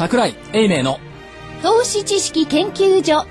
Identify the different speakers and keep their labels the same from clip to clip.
Speaker 1: 櫻井英明の
Speaker 2: 投資知識研究所。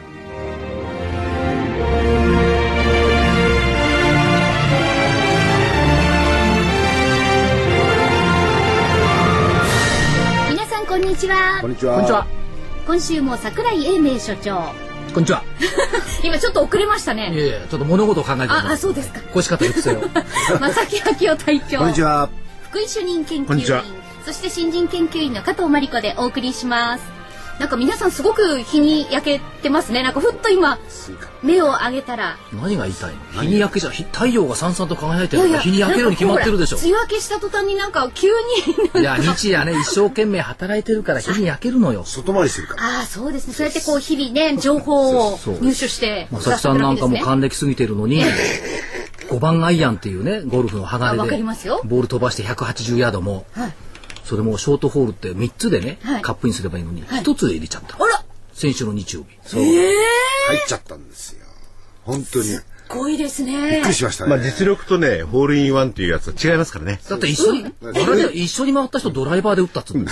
Speaker 2: 皆さんこんにちは。
Speaker 3: こんにちは。
Speaker 1: こんにちは。
Speaker 2: 今週も櫻井英明所長。
Speaker 1: こんにちは。
Speaker 2: 今ちょっと遅れましたね。
Speaker 1: いやいや、ちょっと物事を考えてます。
Speaker 2: あ、そうですか。
Speaker 1: 腰方育成を。
Speaker 2: 正木昭夫隊長。
Speaker 3: こんにちは。
Speaker 2: 福井主任研
Speaker 3: こんにちは
Speaker 2: 究員、そして新人研究員の加藤真理子でお送りします。なんか皆さんすごく日に焼けてますね。なんかふっと今目を上げたら
Speaker 1: 何が言いたいの？日に焼けじゃ太陽がさんさんと輝いてるから日に焼けるに決まってるでしょ。
Speaker 2: 梅雨明けした途端になんか急に
Speaker 1: いや日夜ね一生懸命働いてるから日に焼けるのよ。
Speaker 3: 外回りしてるから。
Speaker 2: ああそうですね。そうやってこう日々ね情報を入手して
Speaker 1: 正木さんなんかも還暦過ぎてるのに5番アイアンっていうねゴルフの離れでボール飛ばして180ヤードも、はい、それもショートホールって3つでね、はい、カップインすればいいのに1つで入れちゃった、
Speaker 2: あら
Speaker 1: 先週の日曜日。
Speaker 3: そう、入っちゃったんですよ。本当に
Speaker 2: すっごいですね。
Speaker 3: びっくりしましたね。
Speaker 4: まあ実力とねホールインワンっていうやつは違いますからね。
Speaker 1: だって一緒に、あれで一緒に回った人ドライバーで打ったっつうんだよ。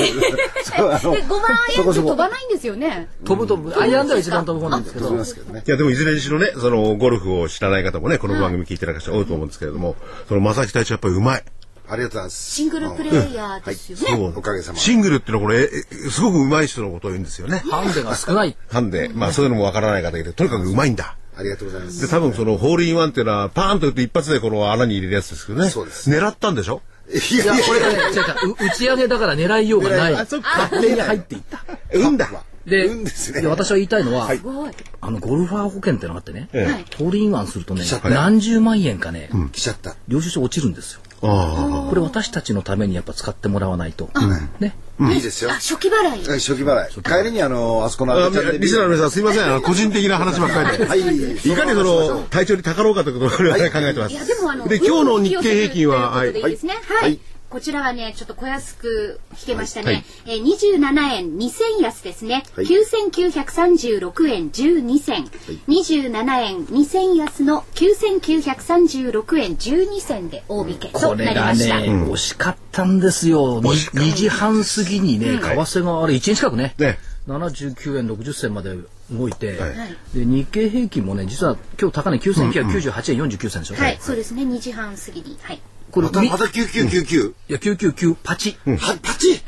Speaker 2: 5番アイアンって飛ばないんですよね。
Speaker 1: 飛ぶアイアンでは一番飛ぶ方なんですけど。
Speaker 4: いやでもいずれにしろねそのゴルフを知らない方もねこの番組聞いてらっしゃる多いと思うんですけれども、その正木隊長やっぱりうまい。
Speaker 3: ありがとうございます。
Speaker 2: シングルプレイヤーですよね。
Speaker 3: そうおかげさま。
Speaker 4: シングルっていうのはこれすごくうまい人のことを言うんですよね。
Speaker 1: ハンデが少ない。
Speaker 4: ハンデ、まあそういうのもわからない方いてとにかくうまいんだ。
Speaker 3: ありがとうございます。
Speaker 4: で多分そのホールインワンっていうのはパーンと打って一発でこの穴に入れるやつですけどね。そうです。狙ったんでしょ。
Speaker 1: いやこれがね打ち上げだから狙いようがない。勝手に入っていった。
Speaker 4: 運だ。
Speaker 1: で、
Speaker 3: ですね、
Speaker 1: で私は言いたいのは、
Speaker 3: はい、
Speaker 1: ゴルファー保険ってのがあってね、ホールインワンするとね何十万円かね、
Speaker 3: 来ちゃった
Speaker 1: 領収書落ちるんですよ。これ私たちのためにやっぱ使ってもらわないと、ね。
Speaker 3: いいですよ。
Speaker 2: 初期払い。
Speaker 3: 初期払い。帰りにあそこの
Speaker 4: リスナーの皆さんすいません個人的な話ばっかりで、はい、いかにその体調にたかろうかということを我々考えてます。
Speaker 2: いやでも
Speaker 4: で今日の日経平均は
Speaker 2: はい。こちらはねちょっと小安く引けましたね。27円2000安ですね。9936円12銭。27円2000安の9936円12銭で大引けとなりました。
Speaker 1: これがね惜しかったんですよ。2時半過ぎにね為替があれ1円近くね。79円60銭まで動いて、で日経平均もね実は今日高値9998円49銭でしょ。
Speaker 2: はい、そうですね。2時半過ぎにはい。
Speaker 3: これまた9999。
Speaker 1: いや999パチ。
Speaker 3: パチ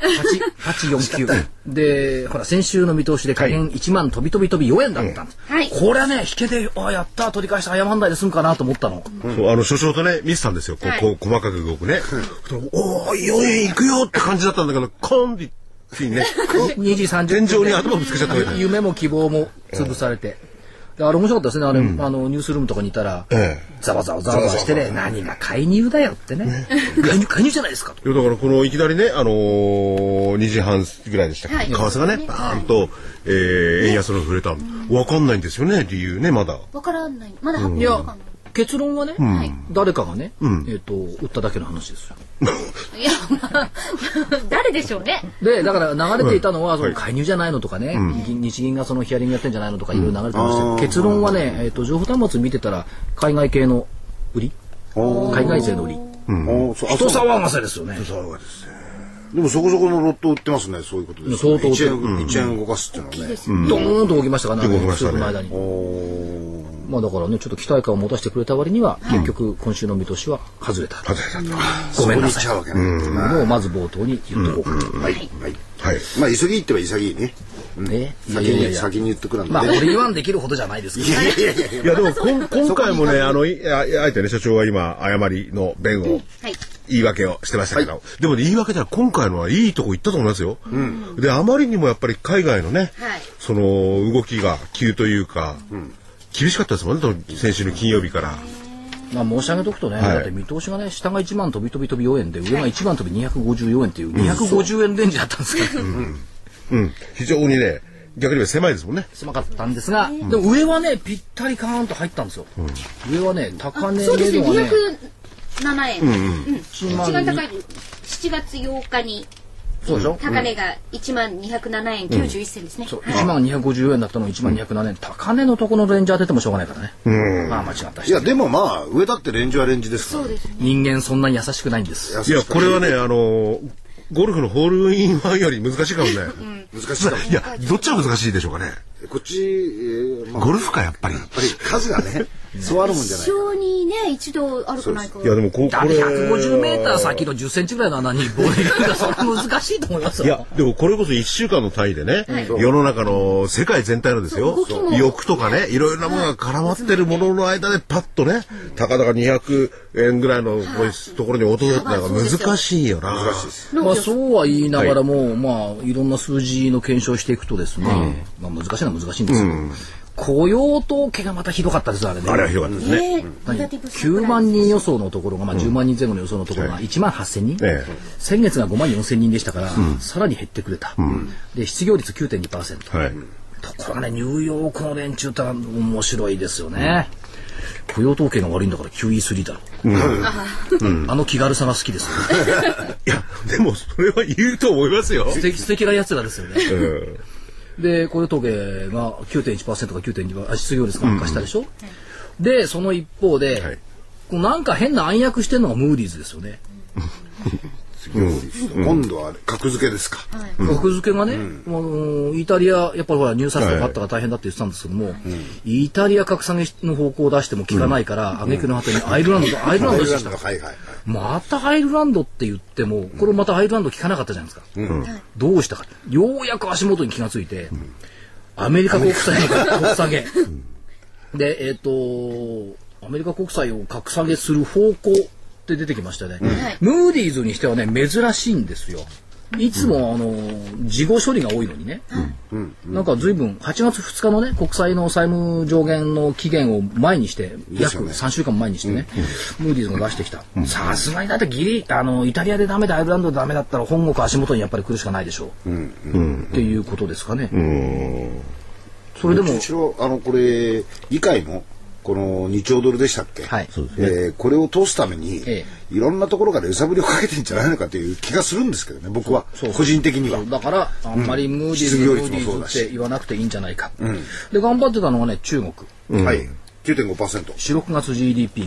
Speaker 1: 849でほら先週の見通しで下限1万飛び4円だったんです。これはね引けでやった取り返して謝んないで済むかなと思ったの。
Speaker 4: そう所長とね見てたんですよ。こう細かく動くね。おー4円いくよって感じだったんだけどコンビってね
Speaker 1: 2時30分
Speaker 4: 天井に頭ぶつけちゃった。
Speaker 1: 夢も希望も潰されて。あれ面白かったですね。あれ、ニュースルームとかにいたら、ざわざわしてね、何が介入だよってね。介入じゃないですかと。
Speaker 4: だからこのいきなりね、2時半ぐらいでしたっけ、為替がね、バーンと、円安の触れた。わかんないんですよね、理由ね、まだ。
Speaker 2: わからない。まだ発表わかんない。
Speaker 1: 結論はね、誰かがね、売っただけの話ですよ。
Speaker 2: いや、誰でしょうね。
Speaker 1: で、だから流れていたのは、その介入じゃないのとかね、日銀がそのヒアリングやってんじゃないのとかいろいろ流れてましたけど、結論はね、情報端末見てたら、海外系の売り、海外勢の売り。人騒がせですよね。
Speaker 3: でもそこそこのロット売ってますね。そういうことです。
Speaker 1: 相当
Speaker 3: 1円動かすっていうのはね。
Speaker 1: ドーンと動きましたからね。数分の間に。まあだからねちょっと期待感を持たせてくれた割には結局今週の見通しは外れた。ごめんなさい。もうまず冒頭に言っとこう。
Speaker 3: はい。まあ急ぎっては潔いね。先に言ってくるんで。
Speaker 1: まあホールインワンできるほどじゃないですけど。
Speaker 4: いやでも今回もねあえてね所長は今誤りの弁を言い訳をしてましたけど、でも言い訳じゃ今回のはいいとこ行ったと思いますよ。であまりにもやっぱり海外のねその動きが急というか。厳しかったですもんね先週の金曜日から。
Speaker 1: まあ申し上げとくとね、だって見通しがね下が1万飛び4円で上が1万飛び254円っていう250円レンジだったんですから、
Speaker 4: 非常にね逆に言えば狭いですもんね。
Speaker 1: 狭かったんですが、でも上はねぴったりカーンと入ったんですよ。上はね高値
Speaker 2: そうですね
Speaker 1: 207
Speaker 2: 円。一番高い7月8日に。
Speaker 1: そうでしょ。
Speaker 2: 高値が1万207円91銭ですね。
Speaker 1: 1万250円だったの1万207円。高値のところのレンジ当ててもしょうがないからね。まあ間違ったし。
Speaker 3: いやでもまあ上だってレンジはレンジですから。
Speaker 2: そうですね。
Speaker 1: 人間そんなに優しくないんです。
Speaker 4: いやこれはねゴルフのホールインワンより難しいかもね。
Speaker 3: 難しいかも。
Speaker 4: いや、どっちが難しいでしょうかね。
Speaker 3: こっち、
Speaker 4: ゴルフか、やっぱり。
Speaker 3: 数がね、そうあるもんじゃない。
Speaker 2: 一生にね、一度あるかないか。
Speaker 4: いや、でもこれ。
Speaker 1: 150メーター先の10センチぐらいの穴にボール入れるのはそれ難しいと思いますよ。
Speaker 4: いや、でもこれこそ1週間の単位でね、世の中の世界全体のですよ、欲とかね、いろいろなものが絡まってるものの間でパッとね、たかだか200円ぐらいのところに落とすってのが難しいよな。難しいです。
Speaker 1: まあそうは言いながらも、まあいろんな数字の検証をしていくとですね、まあ難しいのは難しいんですよ。雇用統計がまたひどかったです、あれね。
Speaker 4: あれはひどかったですね。
Speaker 1: 9万人予想のところが、まあ10万人前後の予想のところが1万8000人。先月が5万4000人でしたから、さらに減ってくれた。で、失業率 9.2%。ところがね、ニューヨークの連中って面白いですよね。雇用統計が悪いんだから QE3 だろ。あの気軽さが好きですよね。
Speaker 4: いや、でもそれは言うと思いますよ。
Speaker 1: 素敵な奴らですよね。で、雇用統計が 9.1% か 9.2%、失業率が悪化したでしょ。で、その一方で、なんか変な暗躍してるのがムーディーズですよね。
Speaker 3: 今度は格付けですか。
Speaker 1: 格付けがね、イタリア、やっぱりほら入札とかあったから大変だって言ってたんですけども、イタリア格下げの方向を出しても効かないから、挙句の果てにアイルランドでした。またアイルランドって言っても、これまたアイルランド効かなかったじゃないですか。どうしたか。ようやく足元に気がついて、アメリカ国債の格下げ。で、アメリカ国債を格下げする方向って出てきましたね。ムーディーズにしてはね、珍しいんですよ。いつも事後処理が多いのにね。なんか随分8月2日のね、国債の債務上限の期限を前にして、約3週間前にしてね、ムーディーズが出してきた。さすがにだってイタリアでダメでアイルランドでダメだったら本国足元にやっぱり来るしかないでしょう。っていうことですかね。それでも。
Speaker 3: これ、議会も、この2兆ドルでしたっけ、これを通すために、いろんなところから揺さぶりをかけてんじゃないのかという気がするんですけどね、僕は個人的には。
Speaker 1: だからあんまりムーディーズって言わなくていいんじゃないか。で頑張ってたのがね、中国。
Speaker 3: はい。9.5%。
Speaker 1: 4、6月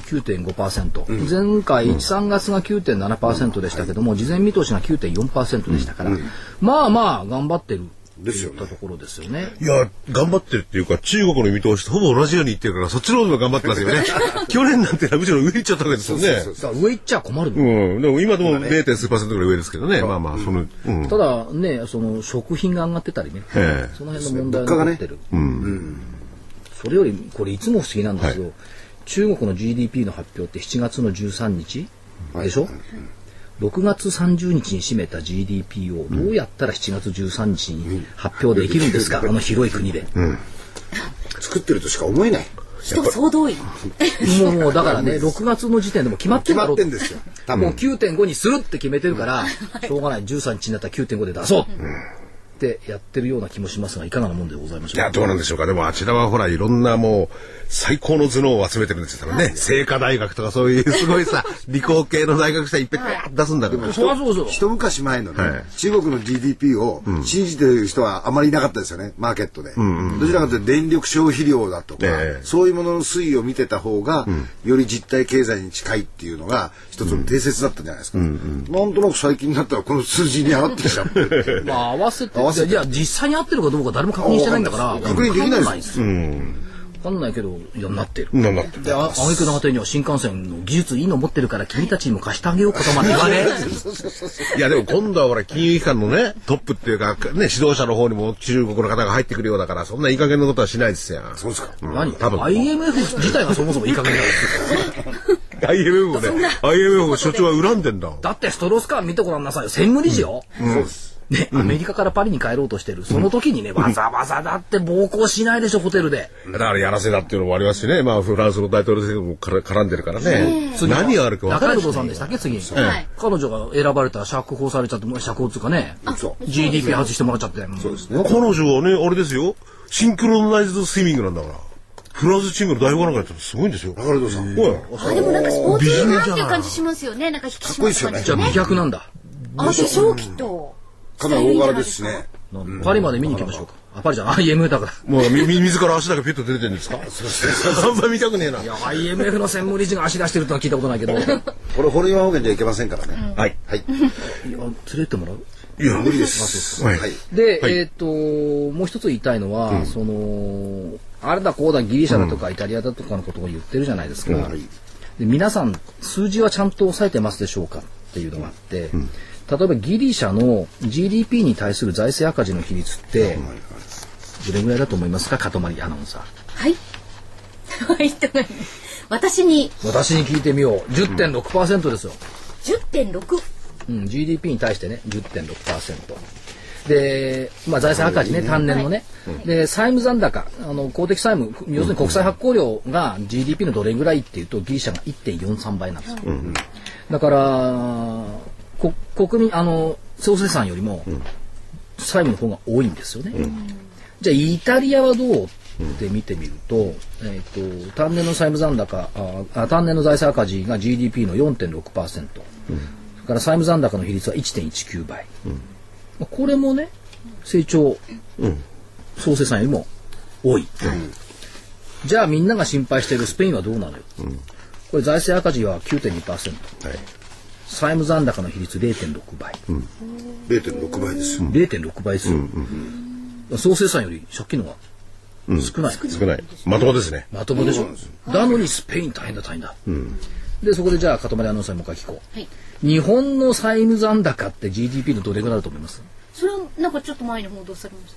Speaker 1: GDP9.5%。前回1、3月が 9.7% でしたけども、事前見通しが 9.4% でしたから、まあまあ頑張ってる。ですよね。ところですよね。
Speaker 4: いや、頑張ってるっていうか、中国の見通しとほぼ同じように言ってるから、そっちの方でも頑張ってますよね。去年なんてむしろ上行っちゃったわけですよね。
Speaker 1: 上行っちゃ困る
Speaker 4: の。でも今でも 0. 数%ぐらい上ですけどね。まあまあ、
Speaker 1: ただね、食品が上がってたりね。その辺の問題が残ってる。それより、これいつも不思議なんですよ。中国の GDP の発表って7月の13日でしょ。6月30日に占めた GDP をどうやったら7月13日に発表できるんですか、あの広い国で。
Speaker 3: 作ってるとしか思えない。
Speaker 2: 人総動員。
Speaker 1: もうだからね、6月の時点でも決まってるだろう。
Speaker 3: 決まってんですよ。
Speaker 1: もう 9.5 にするって決めてるから、しょうがない。13日になったら 9.5 で出そう。ってやってるような気もしますが、いかがなもんでございましょうか。
Speaker 4: いや、どうなんでしょうか。でもあちらはほら、いろんなもう最高の頭脳を集めてるんですよね。清華大学とかそういうすごいさ、理工系の大学生いっぱい出すんだから。
Speaker 3: 一昔前のね、中国の GDP を信じてる人はあまりいなかったですよね、マーケットで。どちらかというと電力消費量だとか、そういうものの推移を見てた方が、より実体経済に近いっていうのが一つの定説だったんじゃないですか。なんとなく最近になったらこの数字に合ってきちゃって。
Speaker 1: まあ合わせて。いや実際に合ってるかどうか誰も確認してないんだから
Speaker 3: 確認できないですよ。
Speaker 1: 分かんないけど、いやなってる。
Speaker 4: なってる。
Speaker 1: で、挙句の果てには新幹線の技術いいの持ってるから君たちにも貸してあげようかとまで言われ。
Speaker 4: いやでも今度はほら金融機関のねトップっていうかね指導者の方にも中国の方が入ってくるようだからそんないい加減なことはしないですよ。
Speaker 3: そうですか。
Speaker 1: 何？多分 IMF 自体がそもそもいい加減だよ。
Speaker 4: IMF もね、IMF も所長は恨んでんだ。
Speaker 1: だってストロースカー見てごらんなさいよ。専務理事よ。そうです。ね、アメリカからパリに帰ろうとしてる。その時にね、わざわざだって暴行しないでしょ、ホテルで。
Speaker 4: だからやらせだっていうのもありますしね。まあ、フランスの大統領選挙も絡んでるからね。何があるか分からない。
Speaker 1: 中条さんでしたっけ、次。彼女が選ばれたら釈放されちゃって、釈放っていうかね。GDP 外してもらっちゃって。
Speaker 3: そうですね。
Speaker 4: 彼女はね、あれですよ。シンクロナイズドスイミングなんだから。フランスチームの代表なんかやったらすごいんですよ。
Speaker 3: 中条さん。
Speaker 2: でもなんかスポーツだなっていう感じしますよね。なんか引き締まった感じ。
Speaker 1: じゃあ美脚なんだ。
Speaker 2: あ、でしょうきっと。
Speaker 3: かなり大柄ですしね。
Speaker 1: パリまで見に行きましょうか。パリじゃん、IMF だから。
Speaker 4: もう水から足だけピュッと出てるんですか？あんま見たくねえな。
Speaker 1: いや、IMF の専務理事が足出してるとは聞いたことないけど。
Speaker 3: これ、ホリエモン保険じゃいけませんからね。
Speaker 4: はい。
Speaker 3: はい。
Speaker 1: いや、連れてもらう？
Speaker 3: いや、無理です。
Speaker 1: はい。で、もう一つ言いたいのは、あれだこうだギリシャだとかイタリアだとかのことを言ってるじゃないですか。で皆さん、数字はちゃんと抑えてますでしょうかっていうのがあって、例えばギリシャの GDP に対する財政赤字の比率って、どれぐらいだと思いますか、かとまりアナウンサー。
Speaker 2: はい。私に
Speaker 1: 聞いてみよう。10.6% ですよ。
Speaker 2: 10.6。
Speaker 1: GDP に対してね、10.6%。で、財政赤字ね、単年のね。で、債務残高、公的債務、要するに国債発行量が GDP のどれぐらいっていうと、ギリシャが 1.43 倍なんですよ。だから、国民、総生産よりも、債務の方が多いんですよね。じゃあ、イタリアはどうって見てみると、単年の債務残高、単年の財政赤字が GDP の 4.6%。それから債務残高の比率は 1.19 倍。これもね、成長、総生産よりも多い。じゃあみんなが心配しているスペインはどうなのよ。これ財政赤字は 9.2%。債務残高の比率 0.6 倍。
Speaker 3: 0.6 倍ですよ。
Speaker 1: 0.6 倍ですよ。総生産より借金の方が少ない。
Speaker 4: 少ない。まともですね。
Speaker 1: まともでしょ。なのにスペイン大変だ。で、そこでじゃあ、かとまりアナウンサーにもう一回聞こう。日本の債務残高って GDP のどれぐらいだと思います？
Speaker 2: それはなんかちょっと前に報道されました。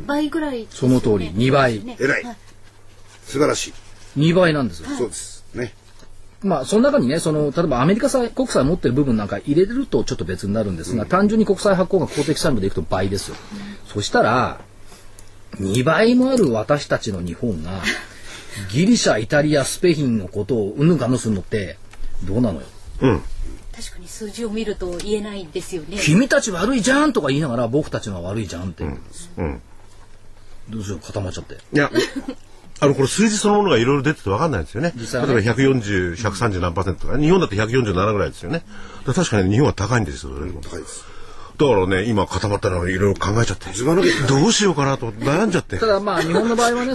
Speaker 2: 倍ぐらい。
Speaker 1: その通り、2倍。
Speaker 3: 偉い。素晴らしい。
Speaker 1: 2倍なんですよ。
Speaker 3: そうですね。
Speaker 1: その中にね、例えばアメリカ国債持ってる部分なんか入れるとちょっと別になるんですが、単純に国債発行が公的債務でいくと倍ですよ。そしたら、2倍もある私たちの日本が、ギリシャ、イタリア、スペインのことをうんぬんかんぬんするのって、どうなのよ。
Speaker 2: 確かに数字を見ると言えないですよね。
Speaker 1: 君たち悪いじゃんとか言いながら、僕たちのは悪いじゃんって。どうしよう、固まっちゃって。
Speaker 4: いや、これ数字そのものがいろいろ出てて分かんないですよね。例えば140、130何%とか、日本だって147ぐらいですよね。確かに日本は高いんですよ。
Speaker 3: 高いです。
Speaker 4: だからね、今固まったのをいろいろ考えちゃって。どうしようかなと悩んじゃって。
Speaker 1: ただ日本の場合はね、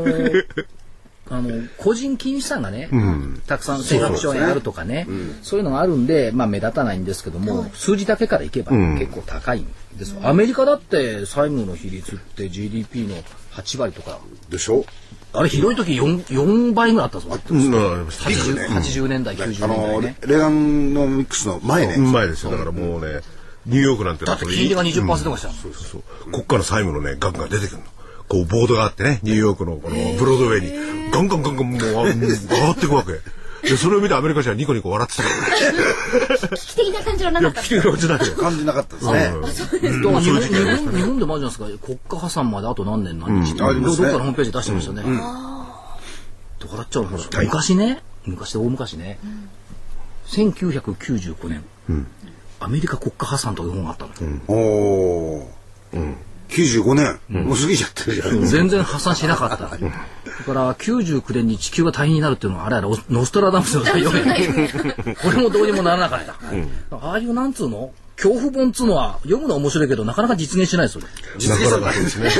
Speaker 1: 個人金融資産がね、たくさん1500兆円あるとかね、そういうのがあるんで、目立たないんですけども、数字だけからいけば結構高いんですよ。アメリカだって債務の比率って GDP の8割とか。
Speaker 3: でしょ？
Speaker 1: あれひどい時4倍ぐらいあったぞ。80年代、90年代ね。
Speaker 3: レガンのミックスの前ね。
Speaker 4: 前ですよ。だからもうね、ニューヨークなんて
Speaker 1: だって金利が 20% がした。
Speaker 4: そう。国家の債務のね、額が出てくるの。こうボードがあってね、ニューヨークのこのブロードウェイにガンガンもう上がっていくわけ。でそれを見てアメリカ人はニコニコ笑ってた。
Speaker 2: 危機的な感じはなかった。
Speaker 4: 危機的な感じだけど。
Speaker 3: 感じなかったですね。
Speaker 1: 日本でもあるじゃないですか。国家破産まであと何年何日ってどっかのホームページ出してましたね。笑っちゃうほら。昔ね、大昔ね、1999年、アメリカ国家破産という本があったの。
Speaker 3: 95年、もう過ぎちゃってるじゃん。
Speaker 1: 全然破産しなかった。だから99年に地球が大変になるっていうのはあれノストラダムスの大予言。これもどうにもならなかった。ああいうなんつうの恐怖本っつうのは読むのは面白いけどなかなか実現しないですよね。
Speaker 3: 実現したないですね。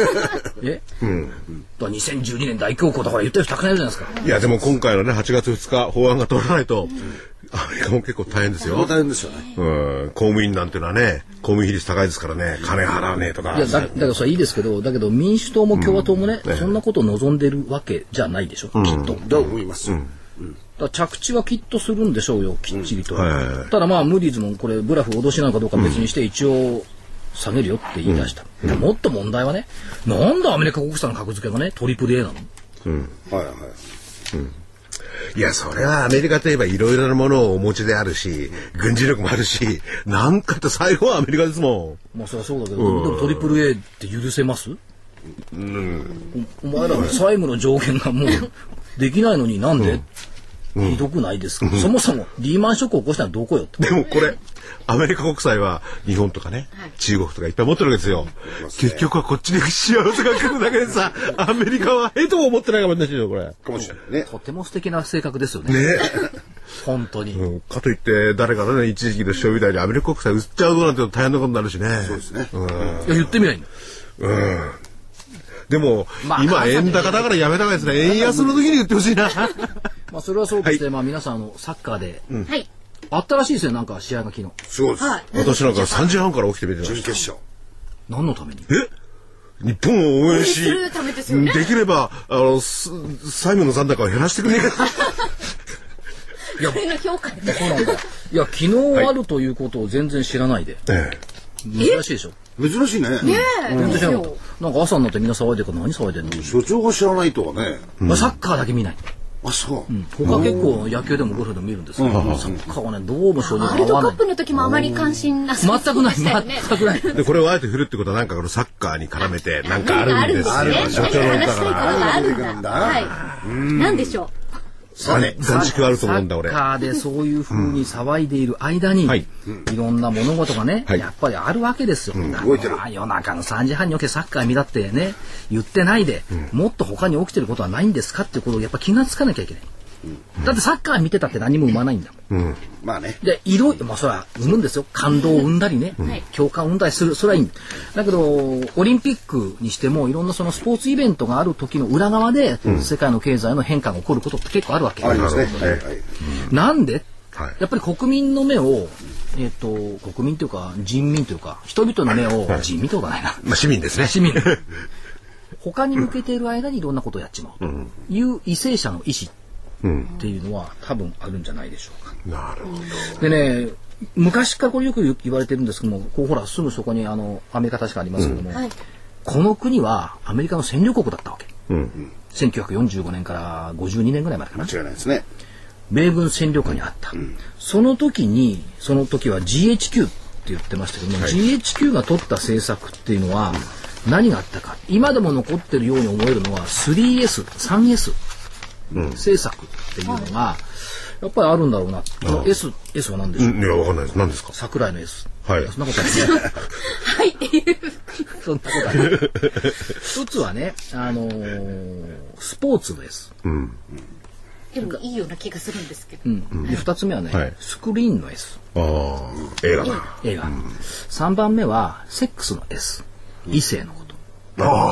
Speaker 1: 2012年大恐慌だから言ってる人たくさんいるじゃないですか。
Speaker 4: いやでも今回のね8月2日法案が通らないと。アメリカも結構大変ですよ。
Speaker 3: 大変ですよね。
Speaker 4: 公務員なんていうのはね、公務員比率高いですからね、金払わねえとか。
Speaker 1: いやだけどそれいいですけど、だけど民主党も共和党もね、そんなことを望んでるわけじゃないでしょ、きっと。
Speaker 3: だと思います。
Speaker 1: だ着地はきっとするんでしょうよ、きっちりと。ただムーディーズもこれブラフ脅しなのかどうか別にして一応下げるよって言い出した。もっと問題はね、なんでアメリカ国債の格付けがね、AAA なの？
Speaker 4: いや、それはアメリカといえばいろいろなものをお持ちであるし、軍事力もあるし、なんかって最後はアメリカですもん。そりゃそうだけど、でもAAAって許せます？お前らの債務の上限がもうできないのになんで？ひどくないですか？そもそもリーマンショックを起こしたのはどこよって。 でもこれ、アメリカ国債は日本とかね、中国とかいっぱい持ってるわけですよ。結局はこっちに幸せが来るだけでさ、アメリカはとも思ってないかもしれないよ、これ。
Speaker 3: かもしれないね。
Speaker 1: とても素敵な性格ですよね。 本当に。
Speaker 4: かといって誰かのね、一時期の首相みたいにアメリカ国債売っちゃうなんて大変なことになるしね。
Speaker 3: そうですね。
Speaker 1: いや、言ってみないんだ。
Speaker 4: でも、今円高だからやめた方がいいですね。円安の時に言ってほしいな。
Speaker 1: まあそれはそうとして、まあ皆さんサッカーで、あったらしいですよ、なんか試合が昨日。
Speaker 3: そうです。
Speaker 4: 私なんか3時半から起きて見てました。
Speaker 3: 準決勝。
Speaker 1: 何のために？
Speaker 4: 日本を応援し、
Speaker 2: で
Speaker 4: きれば債務の残高を減らしてくれ。
Speaker 2: いや、これの評価で。
Speaker 1: そうなんだ。いや、昨日あるということを全然知らないで。珍しいでしょ。
Speaker 3: 珍しいね。
Speaker 1: 全然知らなかった。なんか朝になってみんな騒いでるから何騒いでんの？
Speaker 3: 所長が知らないとはね。
Speaker 1: サッカーだけ見ない。
Speaker 3: あ、そう。
Speaker 1: 他結構野球でもゴルフでも見るんですけど、サッカーはね、どうも正直合わない。
Speaker 2: ワールドカップの時もあまり関心なさ
Speaker 1: 全くない、全くない。
Speaker 4: で、これをあえて振るってことは、なんかこのサッカーに絡めて、なんかあるんですよ。
Speaker 2: 所長の言ったから。なんでしょう。
Speaker 4: 残軸あると思うんだ俺。
Speaker 1: サッカーでそういう風に騒いでいる間に、いろんな物事がね、やっぱりあるわけですよ。夜中の3時半に起きてサッカー見だってね、言ってないで、もっと他に起きてることはないんですかっていうことをやっぱ気がつかなきゃいけない。だってサッカー見てたって何も生まないんだもん。
Speaker 3: まあね。
Speaker 1: で、まあそれは生むんですよ。感動を生んだりね、共感を生んだりする、それはいいんだけど、オリンピックにしてもいろんなそのスポーツイベントがある時の裏側で、世界の経済の変化が起こることって結構あるわけ。
Speaker 3: ありますね。
Speaker 1: なんで、やっぱり国民の目を、国民というか人民というか、人々の目を、人民とかないな。
Speaker 4: まあ市民ですね。
Speaker 1: 市民。他に向けている間にいろんなことをやっちまうという為政者の意思っていうのは多分あるんじゃないでしょうか。
Speaker 4: なるほど。
Speaker 1: でね、昔からこれよく言われてるんですけども、こうほらすぐそこにアメリカ確かありますけども、この国はアメリカの占領国だったわけ。1945年から52年ぐらいまでかな。
Speaker 3: 間違いないですね。
Speaker 1: 米軍占領下にあった。その時は GHQ って言ってましたけども、GHQ が取った政策っていうのは何があったか。今でも残ってるように思えるのは 3S 政策っていうのがやっぱりあるんだろうな。S は何でしょう。
Speaker 4: いや、わかんないです。何ですか。
Speaker 1: 桜井の S。
Speaker 4: はい。
Speaker 1: そんなことないですね。
Speaker 2: はい。
Speaker 1: そんなことない。一つはね、スポーツの S。
Speaker 2: でもいいような気がするんですけど。
Speaker 1: で、二つ目はね、スクリーンの S。
Speaker 4: 映画。
Speaker 1: 3番目はセックスの S。異性のこと。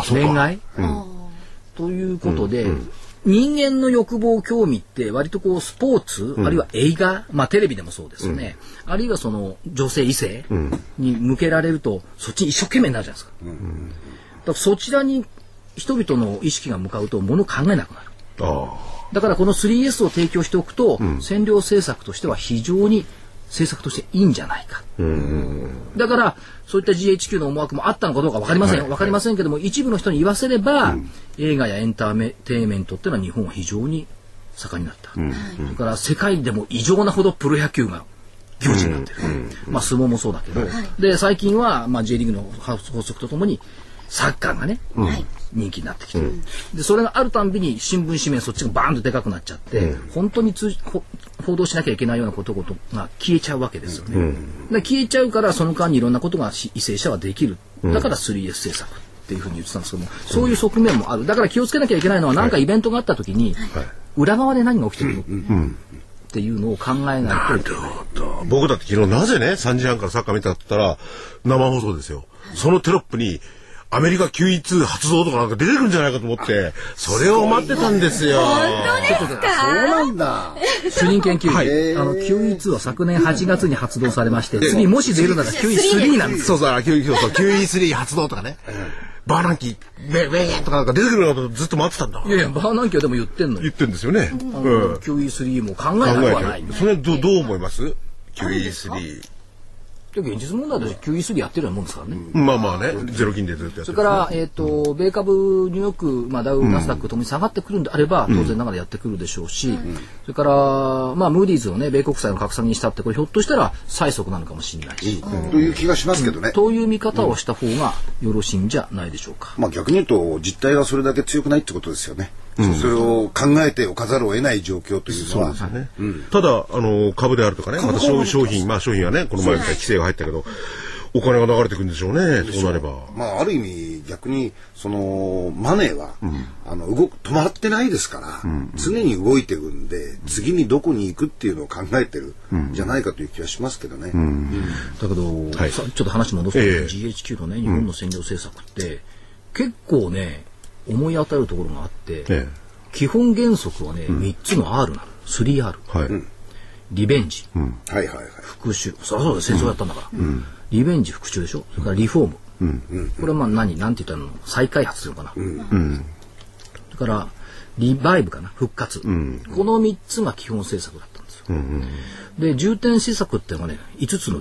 Speaker 1: 恋愛。ということで、人間の欲望興味って割とこうスポーツ、あるいは映画、まあテレビでもそうですよね、あるいはその女性異性に向けられるとそっちに一生懸命になるじゃないですか。だからそちらに人々の意識が向かうと物を考えなくなる。だからこの 3S を提供しておくと、占領政策としては非常に政策としていいんじゃないか。だからそういった GHQ の思惑もあったのかどうか分かりませんよ。分かりませんけども、一部の人に言わせれば、映画やエンターテインメントっていうのは日本は非常に盛んになった。それから世界でも異常なほどプロ野球が行事になってる。まあ相撲もそうだけど、で最近はまあ J リーグの発足とともにサッカーがね、人気になってきてる。でそれがあるたんびに新聞紙面そっちがバーンとでかくなっちゃって、本当に報道しなきゃいけないようなことが消えちゃうわけですよね。で消えちゃうからその間にいろんなことが為政者はできる。だから 3S 政策っていうふうに言ってたんですけども、そういう側面もある。だから気をつけなきゃいけないのは何かイベントがあった時に、裏側で何が起きてるのっていうのを考えないといけない。
Speaker 4: 僕だって昨日なぜね3時半からサッカー見たって言ったら生放送ですよ。そのテロップにアメリカ QE2 発動とかなんか出てくるんじゃないかと思って、それを待ってたんですよ。
Speaker 2: 本当ですか？
Speaker 3: そうなんだ。
Speaker 1: 主任研究員、QE2 は昨年8月に発動されまして、次もし出るなら QE3 なんです。
Speaker 4: そうそう、QE3 発動とかね。バーナンキウェーとかなんか出てくるのかずっと待ってたんだ。
Speaker 1: いやいや、バーナンキはでも言ってんのよ。
Speaker 4: 言ってんですよね。
Speaker 1: QE3 も考えなくはない。
Speaker 4: それどう思います？ QE3。
Speaker 1: 現実問題として QE3 やってるようなもんですからね。
Speaker 4: まあまあね、ゼロ金利でずっとやってる。
Speaker 1: それから、米株、ニューヨーク、ダウ、ナスダックともに下がってくるんであれば、当然ながらやってくるでしょうし、それから、まあ、ムーディーズをね、米国債の格下げにしたって、これひょっとしたら催促なのかもしれないし。
Speaker 3: という気がしますけどね。
Speaker 1: という見方をした方がよろしいんじゃないでしょうか。
Speaker 3: まあ逆に言うと、実態がそれだけ強くないってことですよね。それを考えておかざるを得ない状況というのは。
Speaker 4: そうですね。ただ、株であるとかね、また商品はね、この前みたいに規制が入ったけど、 お金が流れてくるんでしょうね。そうなれば。
Speaker 3: まあある意味逆にそのマネーは、止まってないですから、常に動いてるんで、次にどこに行くっていうのを考えてるんじゃないかという気はしますけどね。
Speaker 1: だけど、ちょっと話戻すと、GHQ のね日本の占領政策って、結構ね思い当たるところがあって、基本原則はね、3つの R なの。3R。リベンジ、復讐、そりゃそうだ、戦争やったんだから、リベンジ、復讐でしょ。それからリフォーム、これはまあなんて言ったの、再開発するのかな、それからリバイブかな、復活、この3つが基本政策だったんですよ。で重点施策っていうのはね5つの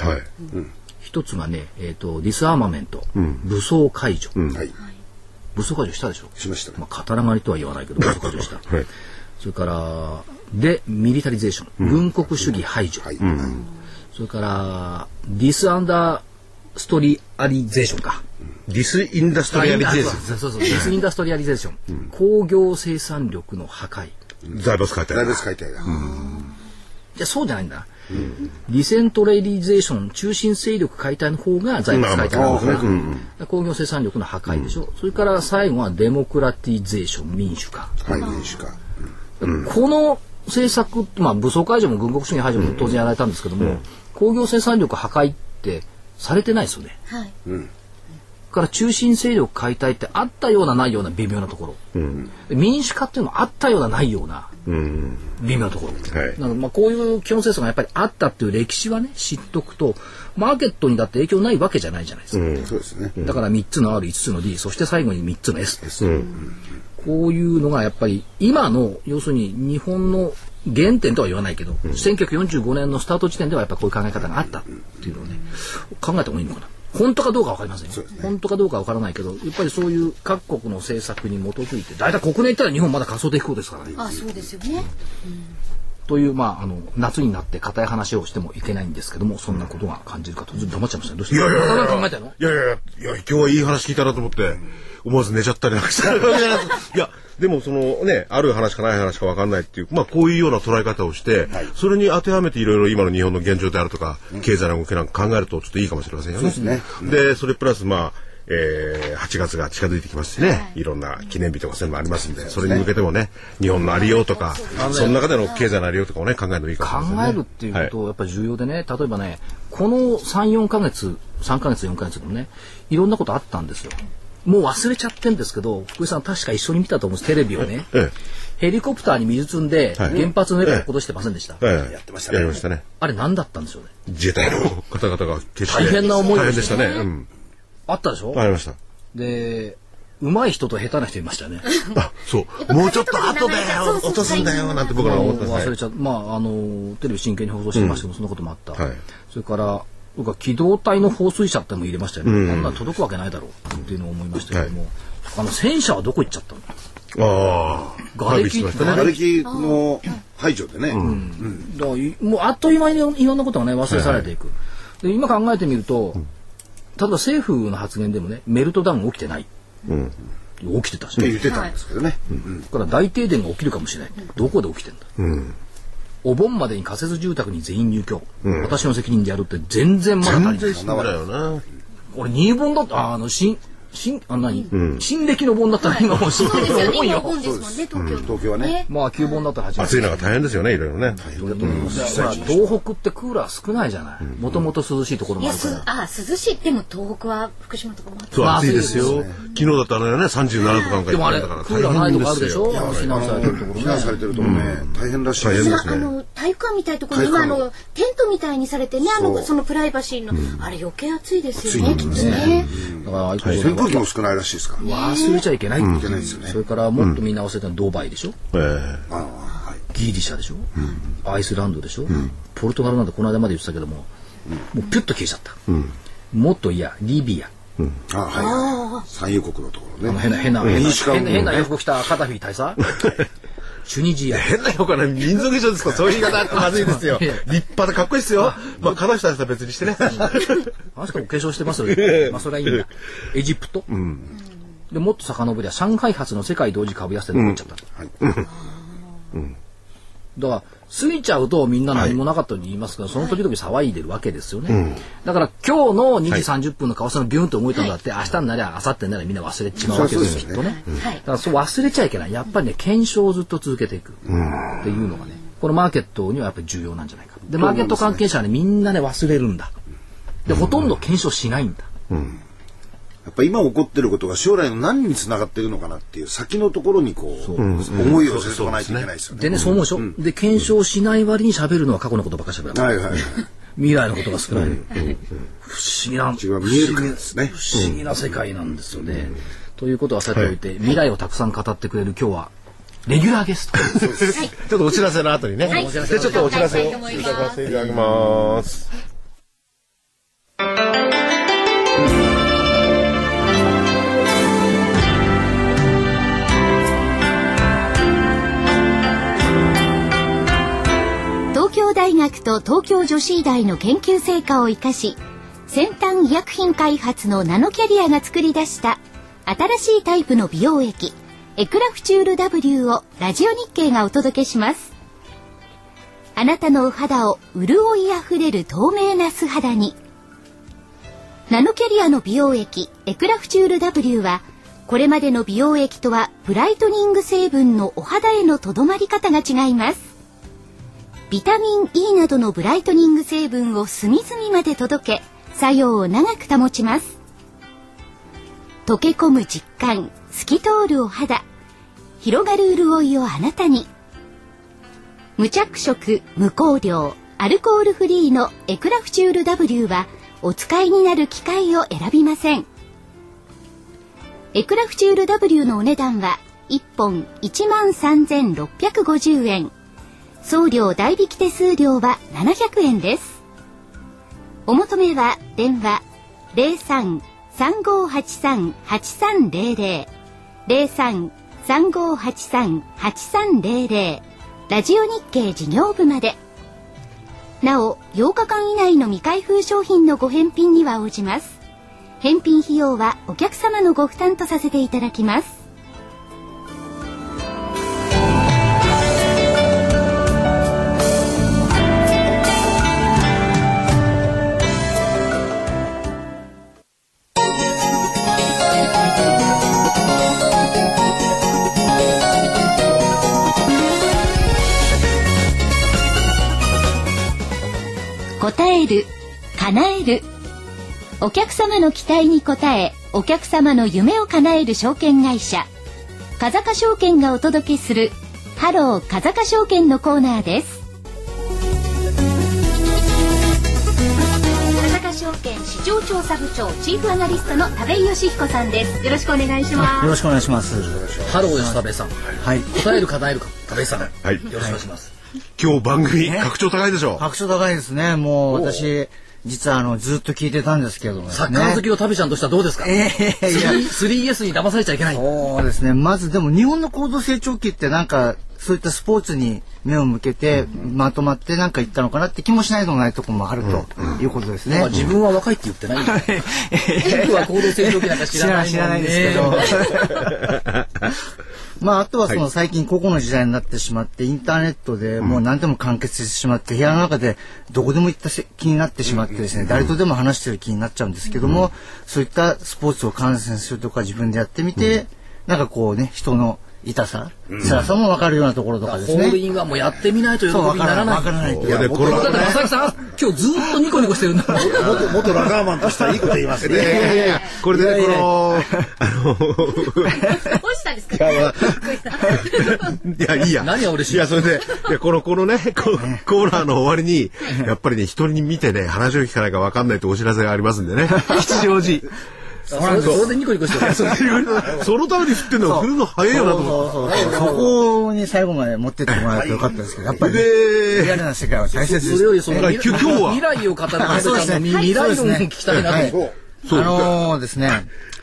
Speaker 1: D、1つがね、ディスアーマメント、武装解除、武装解除したでしょ。
Speaker 3: しました、
Speaker 1: まあ、刀狩りとは言わないけど武装解除した、それからでミリタリゼーション、軍国主義排除、それからディスアンダーストリアリゼーションか、
Speaker 4: ディスインダストリアリゼーション、
Speaker 1: そうディスインダストリアリゼーション、工業生産力の破壊、
Speaker 4: 財閥解体だ。
Speaker 1: じゃそうじゃないんだ、ディセントラリゼーション、中心勢力解体の方が財閥解体なんですね。工業生産力の破壊でしょ。それから最後はデモクラティゼーション、民主化。
Speaker 3: 民主化。
Speaker 1: この政策、まあ武装解除も軍国主義排除も当然やられたんですけども、工業生産力破壊ってされてないですよね。から中心勢力解体ってあったようなないような微妙なところ、民主化っていうのもあったようなないような微妙なところ、なんかまあこういう基本政策がやっぱりあったっていう歴史はね知っとくと、マーケットにだって影響ないわけじゃないじゃないですか、
Speaker 3: そうですね。
Speaker 1: だから3つの R、5つの D、そして最後に3つの S です、こういうのがやっぱり今の要するに日本の原点とは言わないけど、1945年のスタート時点ではやっぱこういう考え方があったっていうのをね考えた方がいいのかな。本当かどうかわかりませんよ、本当かどうかわからないけど、やっぱりそういう各国の政策に基づいて、大体国内行ったら日本まだ仮想敵国ですからね。
Speaker 2: そうですよね。
Speaker 1: というまあ夏になって固い話をしてもいけないんですけども、そんなことが感じるかと。黙っちゃいましたね。どうして？考えたの？
Speaker 4: いや今日はいい話聞いたなと思って思わず寝ちゃったりなんかした。いやでもそのね、ある話かない話か分かんないっていう、まあこういうような捉え方をして、それに当てはめていろいろ今の日本の現状であるとか、経済の動きなんか考えるとちょっといいかもしれませんよね。でそれプラスまあ8月が近づいてきますしね、いろんな記念日とかそういうのもありますんで、それに向けてもね、日本のありようとか、その中での経済のありようとかをね考えるのいいかもしれませんね。
Speaker 1: 考えるっていうことやっぱり重要でね、例えばね、この3ヶ月4ヶ月でもね、いろんなことあったんですよ。もう忘れちゃってんですけど、福井さん確か一緒に見たと思うんです、テレビをね。ヘリコプターに水積んで、原発の上から落っことしてませんでした。
Speaker 3: やってましたね。
Speaker 4: やりましたね。
Speaker 1: あれ何だったんでしょうね。
Speaker 4: 自衛隊の方々が決して
Speaker 1: 大変な思い
Speaker 4: 大変でしたね。
Speaker 1: あったでしょ。
Speaker 4: ありました。
Speaker 1: で、上手い人と下手な人いましたよね。
Speaker 4: そう。もうちょっと後で落とすんだよなんて僕らは思って
Speaker 1: 忘れちゃう。まあテレビ真剣に放送してましたけど、そんなこともあった。それから僕は機動隊の放水車っても入れましたよね。あんな届くわけないだろうっていうのを思いましたけども、戦車はどこ行っちゃったの？
Speaker 3: 瓦礫の排除でね。
Speaker 1: だからもうあっという間にいろんなことがね忘れ去られていく。で今考えてみると、例えば政府の発言でもね、メルトダウン起きてない。起きてたしね。
Speaker 3: 言ってたんですけどね。
Speaker 1: だから大停電が起きるかもしれない。どこで起きてんだ。お盆までに仮設住宅に全員入居、私の責任でやるって全然まだ足りない。
Speaker 4: 全然だよな。
Speaker 1: 俺2盆だった新暦の盆だったら今もう新暦の盆よ。
Speaker 3: 東京はね。
Speaker 1: まあ9盆だったら8
Speaker 4: 暑いのが大変ですよね、いろいろね。
Speaker 1: 東北ってクーラー少ないじゃない。もともと涼しいところもあるから。
Speaker 2: 涼しい。でも東北は福島とかもあって。
Speaker 4: そう暑いですよ。昨日だったらね37度なんか
Speaker 1: でもあれクーラーないとこあるでしょ。避難されてるところね。
Speaker 3: 避難されてるところね。大変らしいですね。
Speaker 2: 体育館みたいなところに今テントみたいにされてね、そのプライバシーのあれ余計暑いですよね、きっとね。
Speaker 3: だから扇風機も少ないらしいですから。
Speaker 1: 忘れちゃいけないっていう。それからもっとみんな忘れたのはドバイでしょ。ギリシャでしょ。アイスランドでしょ。ポルトガルなんてこの間まで言ってたけども、もうピュッと消えちゃった。もっといやリビア。
Speaker 3: 産油国のところね。
Speaker 1: 変な洋服着たカダフィ大佐。チュニジア。
Speaker 4: 変なよかな民族衣装ですか。そういう言い方ってまずいですよ。立派でかっこいいですよ。まあカダフィ大佐は別にしてね。
Speaker 1: あの人も化粧してますよね。まあそれはいいんだ。エジプト。でもっと遡りは上海発の世界同時株安で残っちゃった。 だから過ぎちゃうとみんな何もなかったように言いますけど、その時々騒いでるわけですよね。だから今日の2時30分の為替のビューンと動いたんだって、明日になりゃ明後日になりゃみんな忘れちまうわけですよ、きっとね。だからそう忘れちゃいけない。やっぱりね、検証をずっと続けていくっていうのがね、このマーケットにはやっぱり重要なんじゃないか。で、マーケット関係者はね、みんなね、忘れるんだ。で、ほとんど検証しないんだ。
Speaker 3: やっぱ今起こってることが将来の何につながっているのかなっていう先のところにこう、思いを寄せておかないといけないですよね。
Speaker 1: でね、そう思うでしょ。で、検証しない割に喋るのは過去のことばっかり喋る。未来のことが少ない。不思議な、不思議な世界なんですよね。ということはさておいて、未来をたくさん語ってくれる今日は、レギュラーゲスト。
Speaker 4: ちょっとお知らせの後にね。で、ちょっとお知らせをいただかせていただきます。
Speaker 2: 東京大学と東京女子医大の研究成果を生かし、先端医薬品開発のナノキャリアが作り出した新しいタイプの美容液エクラフチュール W をラジオ日経がお届けします。あなたのお肌を潤いあふれる透明な素肌に。ナノキャリアの美容液エクラフチュール W はこれまでの美容液とはブライトニング成分のお肌へのとどまり方が違います。ビタミン E などのブライトニング成分を隅々まで届け、作用を長く保ちます。溶け込む実感、透き通るお肌、広がる潤いをあなたに。無着色、無香料、アルコールフリーのエクラフチュール W はお使いになる機会を選びません。エクラフチュール W のお値段は1本13,650円。送料代引き手数料は700円です。お求めは電話 03-3583-8300 03-3583-8300 ラジオ日経事業部まで。なお、8日間以内の未開封商品のご返品には応じます。返品費用はお客様のご負担とさせていただきます。答える、叶える。お客様の期待に応え、お客様の夢を叶える証券会社風賀証券がお届けするハロー風賀証券のコーナーです。風賀証券市場調査部長チーフアナリストの田部井義彦さんです。よろしくお願いします。
Speaker 5: よろしくお願いします。
Speaker 1: ハローです田部さん。
Speaker 5: はい。
Speaker 1: 答える叶えるか田部さん。はい。よろしくお願いします。
Speaker 4: 今日番組格調高いでしょ。
Speaker 5: 格調高いですね。もう私実はずっと聞いてたんですけどね。
Speaker 1: サッカー好きのタビちゃんとしてはどうですか。3S に騙されちゃいけない。
Speaker 5: そうですね。まずでも日本の高度成長期ってなんかそういったスポーツに目を向けてまとまってなんか言ったのかなって気もしないのもないところもあるということですね。
Speaker 1: 自分は若いって言ってないんだ。僕は高度成長期なんか知らないもんね。
Speaker 5: 知らないですけど。まああとはその最近個々の時代になってしまってインターネットでもう何でも完結してしまって部屋の中でどこでも行った気になってしまってですね、誰とでも話してる気になっちゃうんですけども、そういったスポーツを観戦するとか自分でやってみて、なんかこうね、人の痛さ、辛さも分かるようなところとかですね。
Speaker 1: ホールインワンもやってみないと喜びにならない。
Speaker 5: 分からない。
Speaker 1: だって正木さん今日ずっとニコニコしてるんだ。
Speaker 3: 元ラガーマンとしてはいいこと言いますね。
Speaker 4: これでね、
Speaker 2: どうしたんですか。
Speaker 4: いやいいや。
Speaker 1: 何が嬉しい。
Speaker 4: いやそれでこのねコーナーの終わりにやっぱりね人に見てね話を聞かないか分かんないとお知らせがありますんでね。吉祥寺。
Speaker 1: それでニコニコしてる。
Speaker 4: そのために振ってんのが振るの早いよなと思って。
Speaker 5: そこに最後まで持ってってもらえてよかったですけど、やっぱりリアルな世界は大切です。
Speaker 1: それよりその
Speaker 4: 今日は
Speaker 1: 未来を語る方の未来論を聞きたいなと。
Speaker 5: ですね。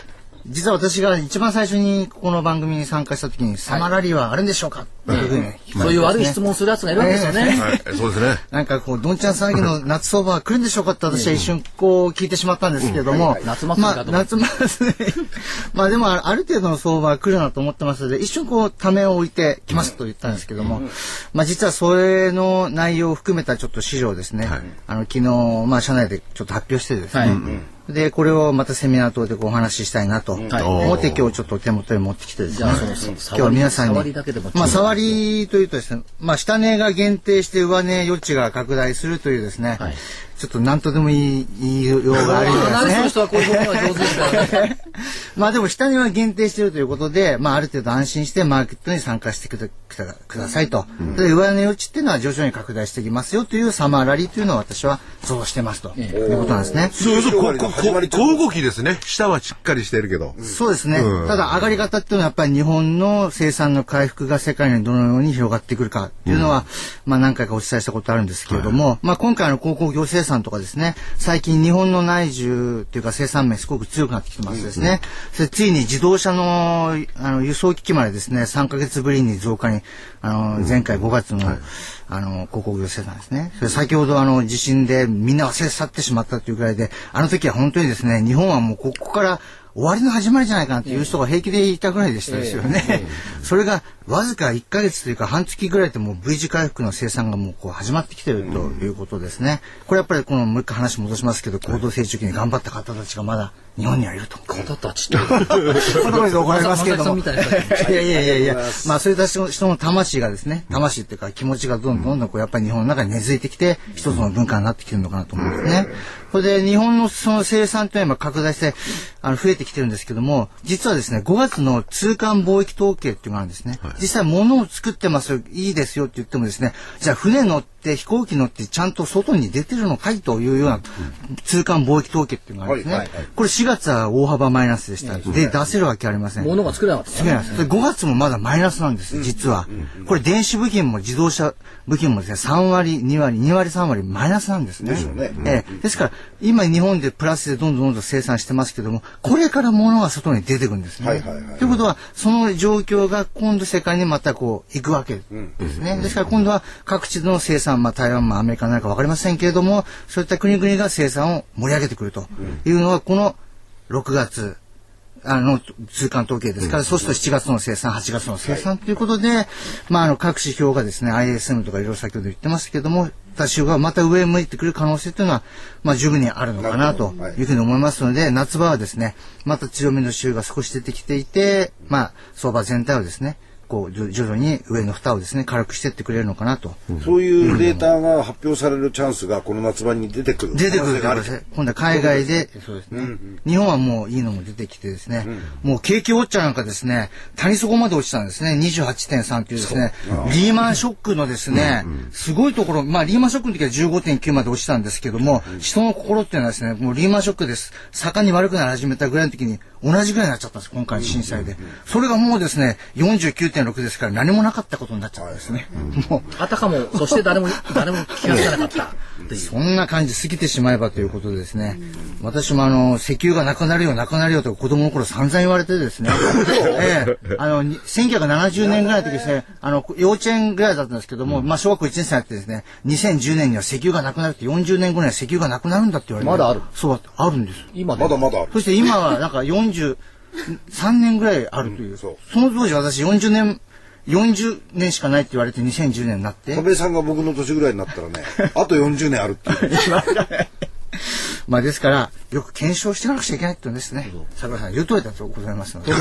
Speaker 5: 実は私が一番最初にこの番組に参加した時に、サマーラリーはあるんでしょうかっていうふうに、
Speaker 1: そういう悪い質問するやつがいるわけですよね。
Speaker 4: はい、そうですね。
Speaker 5: なんかこう、どんちゃん騒ぎの夏相場は来るんでしょうかって私は一瞬こう聞いてしまったんですけれども、
Speaker 1: 夏祭りかと思って。
Speaker 5: 夏祭り。まあでもある程度の相場は来るなと思ってますので、一瞬こう、ためを置いてきますと言ったんですけども、まあ実はそれの内容を含めたちょっと資料ですね、昨日、まあ社内でちょっと発表してですね、で、これをまたセミナー等でお話ししたいなと思って今日ちょっと手元に持ってきてですね。今日は皆さんに。まあ、触りというとですね、まあ、下値が限定して上値余地が拡大するというですね、ちょっと何とでも言いようがあるようですね。
Speaker 1: その人はこういうことが上手ですからね。
Speaker 5: まあでも下値は限定しているということで、まあある程度安心してマーケットに参加してくださいと。で、上値余地っていうのは徐々に拡大していきますよというサマーラリーというのを私は想像してますということなんですね。
Speaker 4: そうそう、小動きですね。下はしっかりしてるけど。
Speaker 5: そうですね。ただ上がり方っていうのはやっぱり日本の生産の回復が世界にどのように広がってくるかっていうのは、まあ何回かお伝えしたことあるんですけれども、まあ今回の鉱工業生産とかですね、最近日本の内需っていうか生産面すごく強くなってきてますですね。それついに自動車の輸送機器までですね、3ヶ月ぶりに増加に前回5月の鉱工業生産ですね。それ先ほど地震でみんな忘れ去ってしまったというぐらいで、あの時は本当にですね、日本はもうここから終わりの始まりじゃないかなっていう人が平気でいたぐらいでしたですよね。それがわずか1ヶ月というか半月ぐらいでもう V 字回復の生産がもうこう始まってきてるということですね。これやっぱりもう一回話戻しますけど、高度成長期に頑張った方たちがまだ日本にはいると。
Speaker 1: 方たちって。
Speaker 5: このところで怒られますけれども。いや、まあそういった人の魂がですね、魂っていうか気持ちがどんどんこうやっぱり日本の中に根付いてきて、一つの文化になってきてるのかなと思うんですね。それで日本のその生産というのは拡大して増えてきてるんですけども、実はですね、5月の通関貿易統計っていうのがあるんですね。実際物を作ってますよ、いいですよって言ってもですね、じゃあ船乗って飛行機乗ってちゃんと外に出てるのかいというような通関貿易統計っていうのがあるんですね。これ4月は大幅マイナスでした。で、出せるわけありません。
Speaker 1: 物が作れなかった。
Speaker 5: 作れないです。5月もまだマイナスなんです、実は。これ電子部品も自動車部品もですね、3割、2割、2割、3割マイナスなんですね。
Speaker 3: でしょうね。
Speaker 5: ですから、今日本でプラスでどんどん生産してますけども、これから物が外に出てくるんですね。ということは、その状況が今度世界にまたこう行くわけですね。ですから今度は各地の生産、まあ台湾もアメリカになるか分かりませんけれども、そういった国々が生産を盛り上げてくるというのは、この6月、通関統計ですから、そうすると7月の生産、8月の生産ということで、まあ各指標がですね、ISM とかいろいろ先ほど言ってますけども、指標がまた上を向いてくる可能性というのは、まあ十分にあるのかなというふうに思いますので、夏場はですね、また強めの週が少し出てきていて、まあ相場全体をですね、こう徐々に上の蓋をですね軽くしていってくれるのかなと、
Speaker 3: そういうデータが発表されるチャンスがこの夏場に出てくる
Speaker 5: ということですね。今度は海外でそうですね、日本はもういいのも出てきてですね、もう景気ウォッチャーなんかですね谷底まで落ちたんですね。 28.3 というですねリーマンショックのですね、すごいところ、まあリーマンショックの時は 15.9 まで落ちたんですけども、人の心っていうのはですね、もうリーマンショックです、盛んに悪くなり始めたぐらいの時に同じぐらいになっちゃったんです、今回の震災で。それがもうですね 49.6 ですから何もなかったことになっちゃったんですね。もう
Speaker 1: あたかも、そして誰も気がつかなかったっていう。
Speaker 5: そんな感じ過ぎてしまえばということでですね、私も石油がなくなるよなくなるよと子供の頃散々言われてですね、1970年ぐらいの時ですね、幼稚園ぐらいだったんですけども、まあ小学校1年生になってですね、2010年には石油がなくなるって、40年後には石油がなくなるんだって言われて、
Speaker 1: まだある。
Speaker 5: そうあるんです。
Speaker 1: 今
Speaker 3: まだまだある。
Speaker 5: そして今はなんか43年ぐらいあるという、その当時私40年しかないって言われて2010年になって、
Speaker 3: 戸辺さんが僕の年ぐらいになったらねあと40年あるっていう
Speaker 5: まあですからよく検証していかなくちゃいけないって言うんですね。桜さん言うとおりだとございますので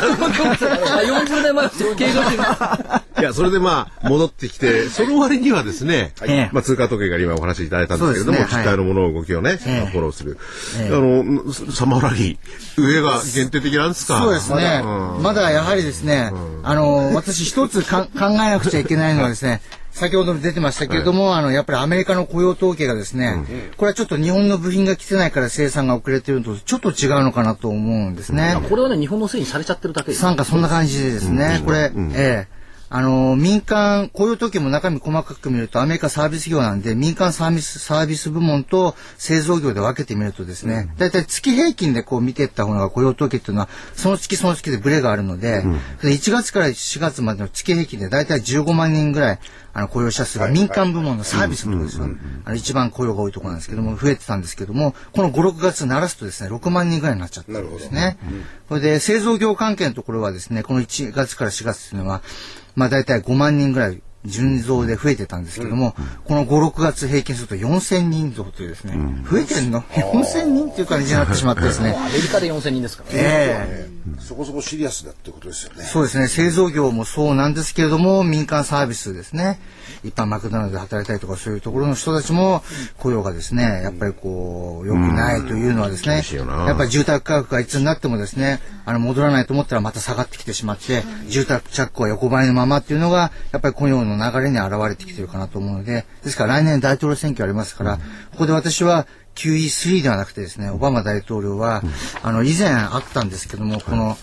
Speaker 1: 40年前経常人
Speaker 4: いやそれでまあ戻ってきて、その割にはですね、まあ通貨統計が今お話しいただいたんですけれども、実態のもの動きをね、フォローする、サマーラリー上が限定的なんですか。
Speaker 5: そうですね、まだやはりですね、私一つ考えなくちゃいけないのはですね、先ほど出てましたけれども、やっぱりアメリカの雇用統計がですね、これはちょっと日本の部品が来てないから生産が遅れてるのとちょっと違うのかなと思うんですね。
Speaker 1: これはね、日本のせいにされちゃってるだけです。
Speaker 5: なんかそんな感じでですね、これ、 民間雇用統計も中身細かく見るとアメリカサービス業なんで民間サービス部門と製造業で分けてみるとですね、だいたい月平均でこう見ていった方が雇用統計っていうのはその月その月でブレがあるので、1月から4月までの月平均でだいたい15万人ぐらい雇用者数が民間部門のサービスのところですよ。一番雇用が多いところなんですけども増えてたんですけども、この5、6月鳴らすとですね6万人ぐらいになっちゃったんですね。それで製造業関係のところはですねこの1月から4月っていうのはだいたい5万人ぐらい純増で増えてたんですけども、この5、6月平均すると4000人増というですね、増えてるの ?4000 人っていう感じになってしまってですね。
Speaker 1: アメリカで4000人ですから
Speaker 3: ね。そこそこシリアスだってことですよね。
Speaker 5: そうですね。製造業もそうなんですけれども、民間サービスですね。一般マクドナルドで働いたりとかそういうところの人たちも雇用がですね、やっぱりこう良くないというのはですね、やっぱり住宅価格がいつになってもですね、戻らないと思ったらまた下がってきてしまって、住宅着工は横ばいのままっていうのがやっぱり雇用の流れに現れてきてるかなと思うので、ですから来年大統領選挙ありますから、ここで私は QE3 ではなくてですね、オバマ大統領は以前あったんですけども、この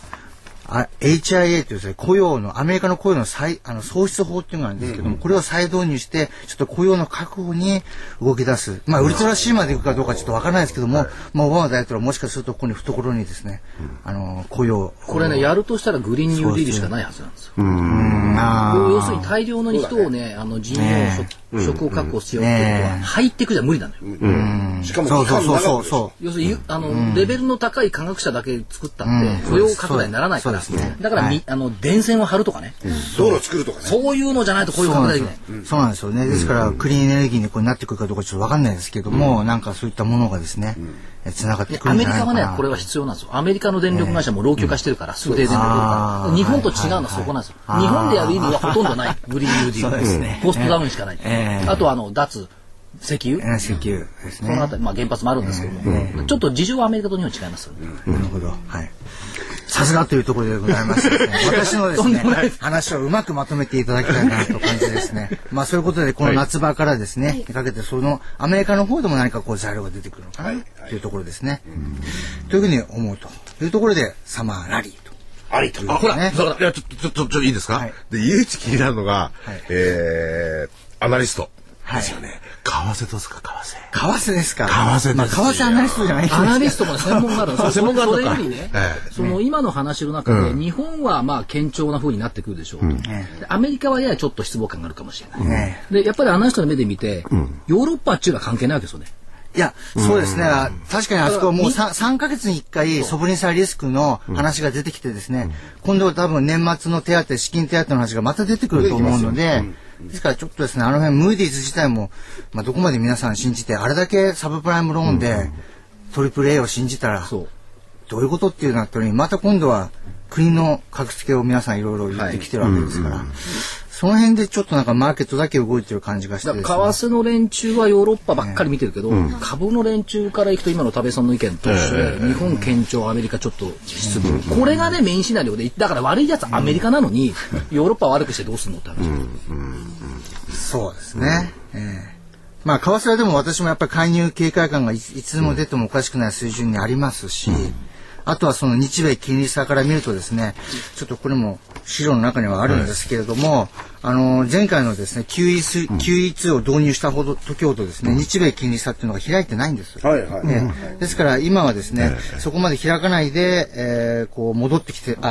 Speaker 5: HIA というですね、アメリカの雇用の創出法っていうのがあるんですけども、これを再導入して、ちょっと雇用の確保に動き出す。ウルトラ C まで行くかどうかちょっとわからないですけども、オバマ大統領はもしかするとここに懐にですね、雇用。
Speaker 1: これね、やるとしたらグリーンニューディールしかないはずなんですよ。要するに大量の人をね、人員職を確保しようっていうことは、入っていくじゃ無理なのよ。
Speaker 3: しかも
Speaker 5: そう。
Speaker 1: 要するに、レベルの高い科学者だけ作ったって、雇用拡大にならないから。だから、電線を張るとかね。
Speaker 3: 道路を作るとかね。
Speaker 1: そういうのじゃないと雇用拡大できない。
Speaker 5: そうなんですよね。ですから、クリーンエネルギーにこうなってくるかどうかちょっとわかんないですけども、なんかそういったものがですね、繋がってくるんじゃないかな。
Speaker 1: アメリカはね、これは必要なんですよ。アメリカの電力会社も老朽化してるから、すぐ停電できるから。日本と違うのはそこなんですよ。日本でやる意味はほとんどない。グリーンニューディール。コストダウンしかない。あと脱石油。
Speaker 5: 石油ですね。
Speaker 1: そのあたり、原発もあるんですけども、ちょっと事情はアメリカと日本違いますよね。
Speaker 5: なるほど。はい。さすがというところでございますですね。私のですね、話をうまくまとめていただきたいなと感じですね。そういうことで、この夏場からですね、かけて、アメリカの方でも何かこう材料が出てくるのかなというところですね。というふうに思うというところで、サマーラリーと。
Speaker 3: ありと。
Speaker 4: ほら、ちょっといいですか？で、唯一気になるのが、アナリスト。ですよね。為替どうですか？
Speaker 5: 為替ですか？
Speaker 4: 為替です。
Speaker 5: 為替アナリストじゃない
Speaker 1: アナリストも専門があるんです。
Speaker 4: 専門があるのか。
Speaker 1: それよりね、今の話の中で、日本は堅調な風になってくるでしょうと。アメリカはややちょっと失望感があるかもしれない。で、やっぱりアナリストの目で見て、ヨーロッパっていうのは関係ないわけですよね。
Speaker 5: いや、そうですね。確かにあそこはもう3ヶ月に1回ソブリン債リスクの話が出てきてですね、今度は多分年末の資金手当の話がまた出てくると思うので、ですからちょっとですね、あの辺ムーディーズ自体も、どこまで皆さん信じて、あれだけサブプライムローンでトリプル A を信じたら、どういうことっていうのがあったのに、また今度は国の格付けを皆さんいろいろ言ってきてるわけですから、その辺でちょっとなんかマーケットだけ動いてる感じがしてですね。
Speaker 1: 為替の連中はヨーロッパばっかり見てるけど、株の連中からいくと今の田部さんの意見として、日本堅調、アメリカちょっと失望。これがね、メインシナリオで、だから悪いやつはアメリカなのに、ヨーロッパを悪くしてどうすんのって話。
Speaker 5: そうですね。為替はでも私もやっぱり介入警戒感がいつでも出てもおかしくない水準にありますし、あとはその日米金利差から見るとですね、ちょっとこれも資料の中にはあるんですけれども、前回のですね、QE2 を導入した時ほどですね、日米金利差っていうのが開いてないんです。ですから今はですね、そこまで開かないで、こう戻ってきて、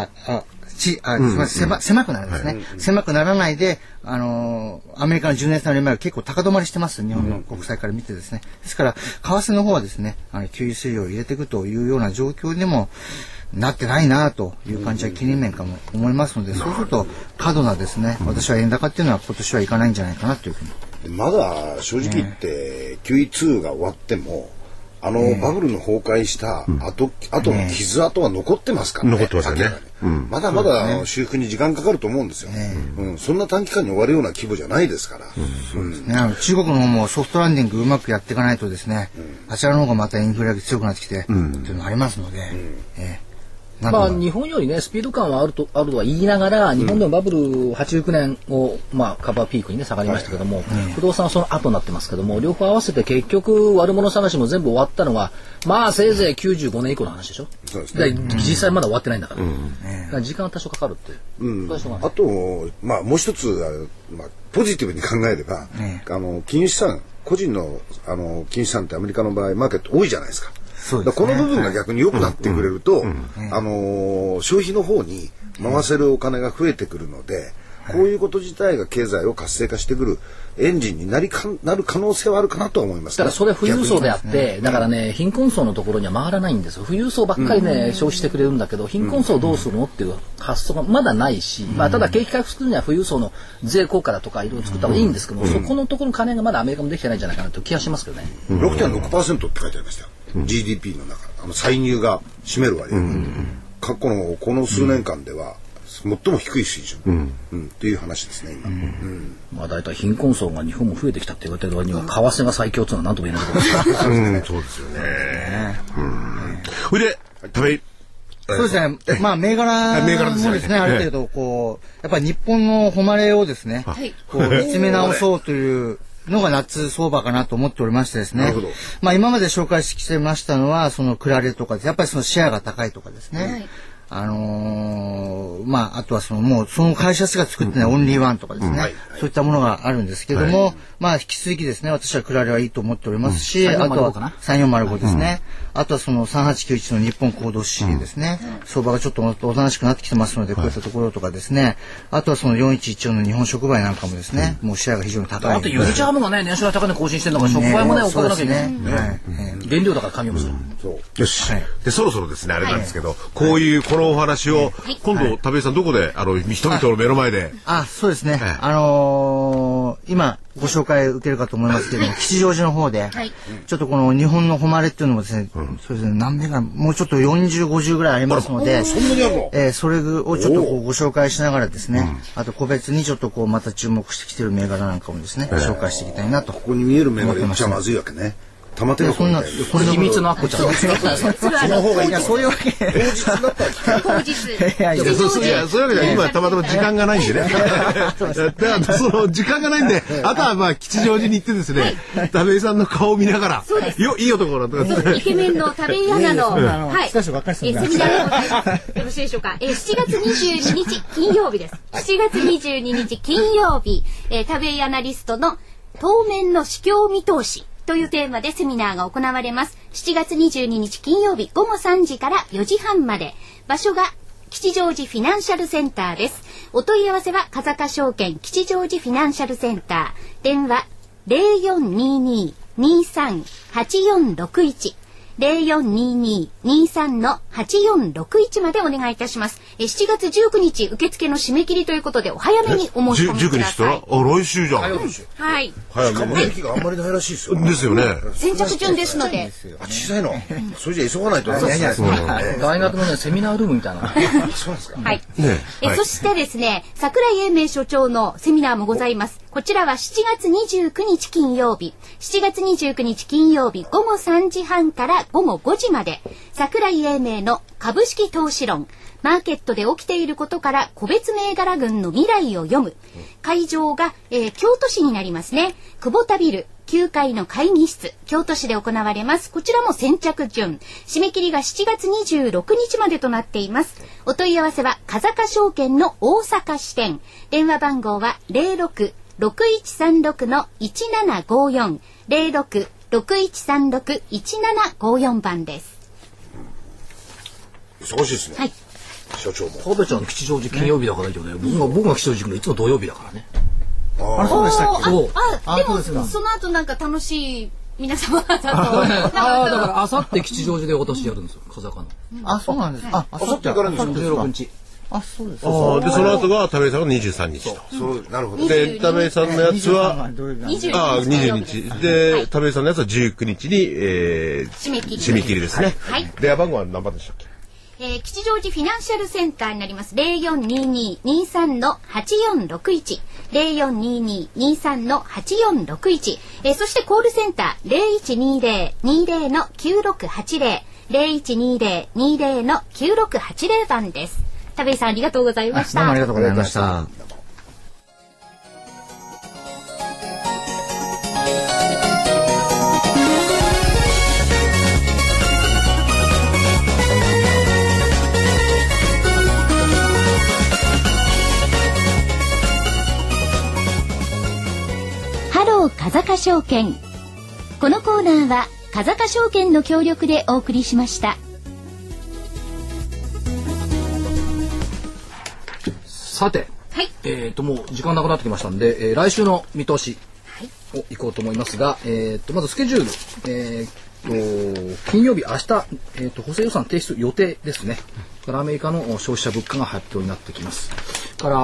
Speaker 5: 狭くなるんですね。狭くならないで、アメリカの10年債の利回りが結構高止まりしてます。日本の国債から見てですね。ですから、為替の方はですね、QE3 を入れていくというような状況にもなってないなという感じは懸念面かも思いますので、そうすると過度なですね、私は円高っていうのは今年はいかないんじゃないかなというふうに。
Speaker 3: まだ正直言って、QE2 が終わっても、バブルの崩壊した後の傷跡は残ってますからね。
Speaker 4: 残ってますよね。
Speaker 3: まだまだ修復に時間かかると思うんですよ。そんな短期間に終わるような規模じゃないですから。
Speaker 5: 中国の方もソフトランディングうまくやっていかないとですね、あちらの方がまたインフレが強くなってきて、っていうのがありますので、
Speaker 1: まあ日本よりねスピード感はあるとは言いながら、日本でもバブル89年をまあカバーピークにね下がりましたけども、不動産はその後になってますけども、両方合わせて結局悪者探しも全部終わったのがまあせいぜい95年以降の話でしょ。そうですね。実際まだ終わってないんだから。だから時間は多少かかるっていう。
Speaker 3: あとまあもう一つまあポジティブに考えれば、金融資産個人の金融資産ってアメリカの場合マーケット多いじゃないですか。そうですね、この部分が逆に良くなってくれると、消費の方に回せるお金が増えてくるので、こういうこと自体が経済を活性化してくるエンジンになる可能性はあるかなと思います、
Speaker 1: ね。だからそれ富裕層であって、だからね貧困層のところには回らないんですよ。富裕層ばっかりね、消費してくれるんだけど、貧困層どうするのっていう発想がまだないし、まあただ景気回復するには富裕層の税効果だとかいろいろ作った方がいいんですけども、そこのところの金がまだアメリカもできてないんじゃないかなという気がしますけどね。
Speaker 3: 6.6% って書いてありましたよ。GDP の中歳入が占める割合、過去のこの数年間では最も低い水準、っていう話ですね今。
Speaker 1: まあ大体貧困層が日本も増えてきたって言われてる割には為替が最強っていうのは何とも言えないところです
Speaker 4: そうですよね。それで
Speaker 5: そうですね。まあ銘柄もですね、ある程度こうやっぱり日本の誉れをですね、こう見つめ直そうというのが夏相場かなと思っておりましてですね。まあ今まで紹介してましたのはそのクラレとかです。やっぱりそのシェアが高いとかですね。まああとはもうその会社が作ってないオンリーワンとかですね。そういったものがあるんですけども、まあ引き続きですね、私はクラレはいいと思っておりますし、あとは3405ですね。あとはその3891の日本行動指数ですね。相場がちょっとおとなしくなってきてますので、こういったところとかですね。あとはその4114の日本触媒なんかもですね、もうシェアが非常に高い。
Speaker 1: あとユニチャームがね、年初来高値更新してるんだから、触媒もね、お金なきゃいけない。原料だから紙をする。
Speaker 4: よし。で、そろそろですね、あれなんですけど、こういうこのお話を、今度、田部井さんどこで、人々の目の前で。
Speaker 5: そうですね。今、ご紹介受けるかと思いますけれども、吉祥寺の方で、ちょっとこの日本の誉れっていうのもですね、そうですね、何名か、もうちょっと40、50ぐらいありますので、
Speaker 3: そんなにあるの？
Speaker 5: それをちょっとこうご紹介しながらですね、あと個別にちょっとこうまた注目してきてる銘柄なんかもですね、紹介していきたいなと。
Speaker 3: ここに見える銘柄言っちゃまずいわけね。玉手
Speaker 5: そんな
Speaker 1: 秘密のアッコちゃん。
Speaker 3: その方がいい。
Speaker 5: そういうわけ。
Speaker 3: 当日だったら
Speaker 2: 当日。
Speaker 4: そういうわけで今たまたま時間がないんでね。だからその時間がないんで、あとはまあ吉祥寺に行ってですね、田部井さんの顔を見ながら、いい男だとか。
Speaker 2: イケメンの田部井アナのはいセミナーでございます。よろしいでしょうか。7月22日金曜日です。7月22日金曜日、田部井アナリストの当面の市況見通しというテーマでセミナーが行われます。7月22日金曜日午後3時から4時半まで。場所が吉祥寺フィナンシャルセンターです。お問い合わせは風賀証券吉祥寺フィナンシャルセンター。電話 0422-23-8461。0422-23-8461 までお願いいたします。7月19日受付の締め切りということでお早めにお申し込みください。
Speaker 4: 来週じゃん。
Speaker 2: はい。
Speaker 3: しかも駅があんまりないらしいですよ。
Speaker 4: ですよね。
Speaker 2: 先着順ですので。
Speaker 3: 小さいの。それじゃ急がないと。
Speaker 1: 大学のねセミナールームみたいな。
Speaker 3: そうですか。
Speaker 2: はい。そしてですね、櫻井英明所長のセミナーもございます。こちらは7月29日金曜日。7月29日金曜日午後3時半から午後5時まで、櫻井英明の株式投資論、マーケットで起きていることから個別銘柄群の未来を読む。会場が、京都市になりますね。久保田ビル9階の会議室、京都市で行われます。こちらも先着順。締め切りが7月26日までとなっています。お問い合わせは風賀証券の大阪支店。電話番号は06-6136-1754 06-6136-1754番です。
Speaker 3: 忙しいですね。
Speaker 2: はい。
Speaker 3: 所長も。
Speaker 1: 田部ちゃん吉祥寺金曜日だからいいよね。僕が吉祥寺のいつも土曜日だからね。
Speaker 5: そうでしたっけ。
Speaker 2: でもその後なんか楽しい皆様だと。だ
Speaker 1: からあさって吉祥寺で私やるんですよ。風賀の。
Speaker 5: そうなんです。
Speaker 3: あさってから
Speaker 1: 16日。
Speaker 5: そうです。
Speaker 4: でその後が田部井さんが23日と。
Speaker 3: なるほど。
Speaker 4: で田部井さんのやつは20日で田部井さんのやつは19日に締め切りですね。電話番号は何番でしたっけ？
Speaker 2: 吉祥寺フィナンシャルセンターになります。0422-23-8461 0422-23-8461、そしてコールセンター 0120-20-9680 0120-20-9680番です。田部井さんありがとうございました。
Speaker 5: どうもありがとうございました。
Speaker 2: ハロー風賀証券。このコーナーは風賀証券の協力でお送りしました。
Speaker 1: さて、はい、もう時間なくなってきましたんで、来週の見通しをいこうと思いますが、まずスケジュール、金曜日明日、補正予算提出予定ですね。からアメリカの消費者物価が発表になってきます。から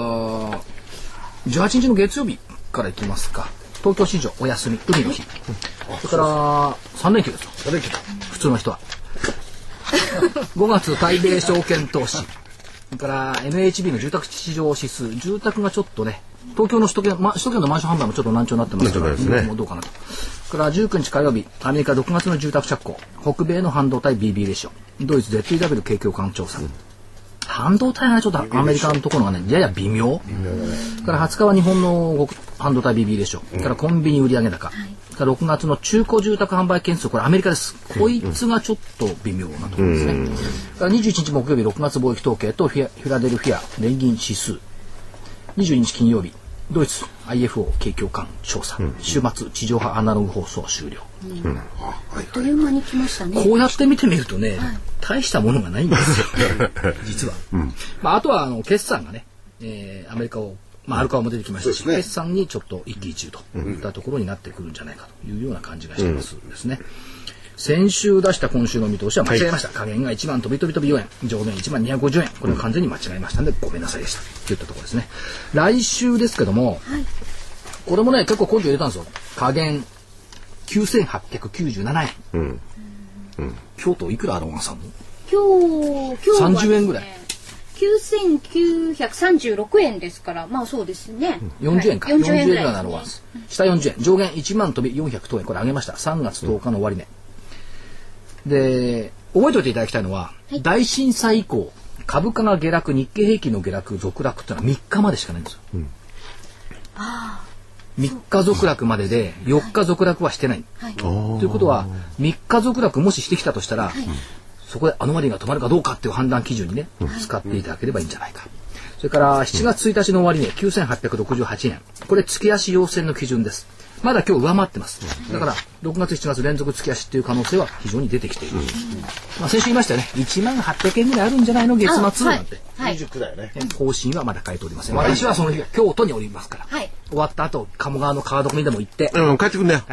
Speaker 1: 18日の月曜日からいきますか。東京市場お休み、海の日。それから3連休ですよ。3連休普通の人は。5月対米証券投資。それから NHB の住宅市場指数、住宅がちょっとね、東京の首都圏のマンション販売もちょっと難聴になってますから、どうかなと。それから19日火曜日、アメリカ6月の住宅着工、北米の半導体 BB レシオ、ドイツ ZEW 景況感調査。半導体がちょっとアメリカのところがね、やや微妙。から20日は日本の半導体 BB レシオ、からコンビニ売上高、から6月の中古住宅販売件数、これアメリカです。こいつがちょっと微妙なところですね。から21日木曜日6月貿易統計とフィラデルフィア連銀指数。22日金曜日、ドイツ IFO 景況感調査、週末地上波アナログ放送終了。
Speaker 2: あっという間に来ましたね。
Speaker 1: こうやって見てみるとね、大したものがないんですよ実は。あとは決算がね、アメリカをアルカワも出てきましたし、決算にちょっと一喜一憂といったところになってくるんじゃないかというような感じがしてますですね。先週出した今週の見通しは間違えました。下限が1万飛び飛び飛び4円、上限1万250円。これは完全に間違えましたのでごめんなさいでしたといったところですね。来週ですけども、これもね結構根拠入れたんですよ。下限9897円。京都いくらアロンさんの？
Speaker 2: 今日は、ね、
Speaker 1: 30円ぐらい。
Speaker 2: 9936円ですから、まあそうですね。
Speaker 1: 40円か。40円ぐらいなのは、下40円。上限1万飛び400等円。これ上げました。3月10日の終値。で、覚えておいていただきたいのは、大震災以降、株価が下落、日経平均の下落、続落っていうのは3日までしかないんですよ。3日続落までで4日続落はしてない。ということは、3日続落もししてきたとしたら、そこでアノマリーが止まるかどうかっていう判断基準にね、使っていただければいいんじゃないか。それから7月1日の終値9868円。これ月足要線の基準です。まだ今日上回ってます。だから6月7月連続月足っていう可能性は非常に出てきている。先週言いましたよね。1万800円ぐらいあるんじゃないの月末なんて。
Speaker 3: 29だよね。
Speaker 1: 方針はまだ変えておりません。私はその日京都におりますから。終わった後鴨川の川床にでも行って。
Speaker 4: 帰ってくんだよ。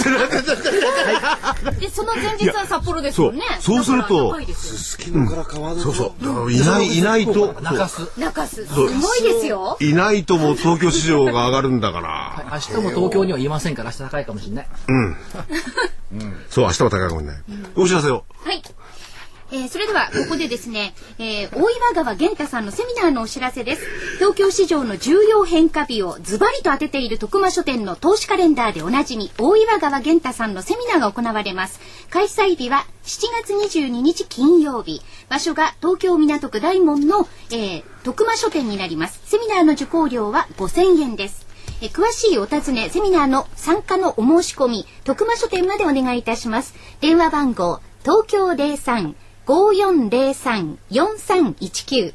Speaker 2: でその前日は札幌ですもんね。
Speaker 4: そうすると
Speaker 3: すすきのから川床。
Speaker 4: そういないと
Speaker 2: 中洲すごいですよ。
Speaker 4: いないともう東京市場が上がるんだから。
Speaker 1: 明日も東京には言いませんから明日高いかもしれない。
Speaker 4: そう明日は高いかもしれない。お知らせを。
Speaker 2: はい。それではここでですね、大岩川源太さんのセミナーのお知らせです。東京市場の重要変化日をズバリと当てている徳間書店の投資カレンダーでおなじみ大岩川源太さんのセミナーが行われます。開催日は7月22日金曜日。場所が東京港区大門の、徳間書店になります。セミナーの受講料は5000円です。詳しいお尋ね、セミナーの参加のお申し込み、徳間書店までお願いいたします。電話番号、東京03-5403-4319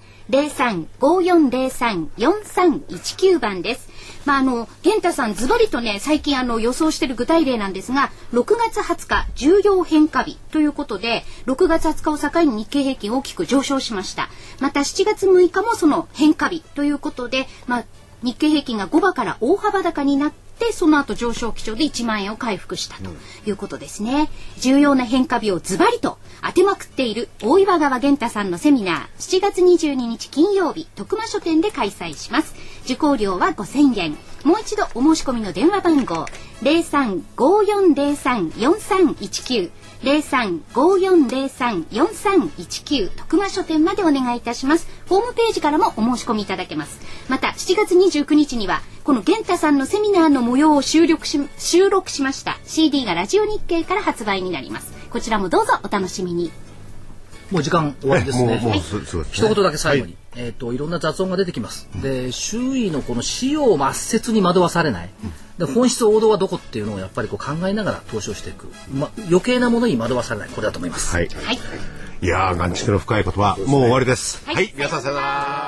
Speaker 2: 03-5403-4319番です。源太さんズバリとね最近予想している具体例なんですが、6月20日重要変化日ということで6月20日を境に日経平均大きく上昇しました。また7月6日もその変化日ということで、日経平均が5場から大幅高になってその後上昇基調で1万円を回復したということですね。重要な変化日をズバリと当てまくっている大岩川源太さんのセミナー、7月22日金曜日徳間書店で開催します。受講料は5000円。もう一度お申し込みの電話番号 03-5403-4319 03-5403-4319 徳間書店までお願いいたします。ホームページからもお申し込みいただけます。また7月29日にはこの源太さんのセミナーの模様を収録しました CD がラジオ日経から発売になります。 こちらもどうぞお楽しみに。
Speaker 1: もう時間終わりですね。一言だけ最後に、
Speaker 4: はい、
Speaker 1: いろんな雑音が出てきます。で、周囲のこの資料を抹殺に惑わされない。で、本質王道はどこっていうのをやっぱりこう考えながら投資をしていく。余計なものに惑わされない。これだと思います。
Speaker 4: はい。いやー、眼蓄の深いことはもう終わりです。はい、皆さんさよなら。